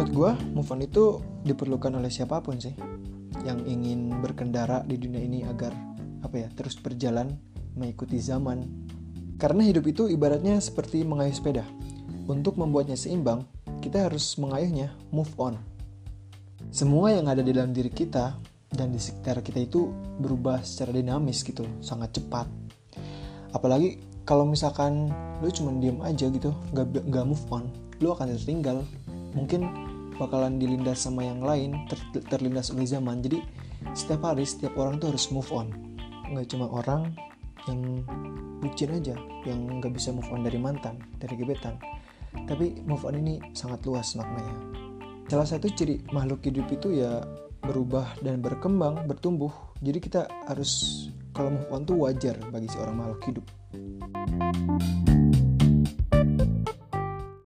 menurut gue move on itu diperlukan oleh siapapun sih yang ingin berkendara di dunia ini agar terus berjalan mengikuti zaman. Karena hidup itu ibaratnya seperti mengayuh sepeda. Untuk membuatnya seimbang, kita harus mengayuhnya move on. Semua yang ada di dalam diri kita dan di sekitar kita itu berubah secara dinamis gitu, sangat cepat. Apalagi kalau misalkan lu cuma diem aja gitu, gak move on, lu akan tertinggal. Mungkin bakalan dilindas sama yang lain, terlindas oleh zaman. Jadi setiap hari, setiap orang tuh harus move on. Gak cuma orang yang bucin aja, yang gak bisa move on dari mantan, dari gebetan. Tapi move on ini sangat luas maknanya. Salah satu ciri makhluk hidup itu ya berubah dan berkembang, bertumbuh. Jadi kita harus, kalau move on tuh wajar bagi seorang makhluk hidup.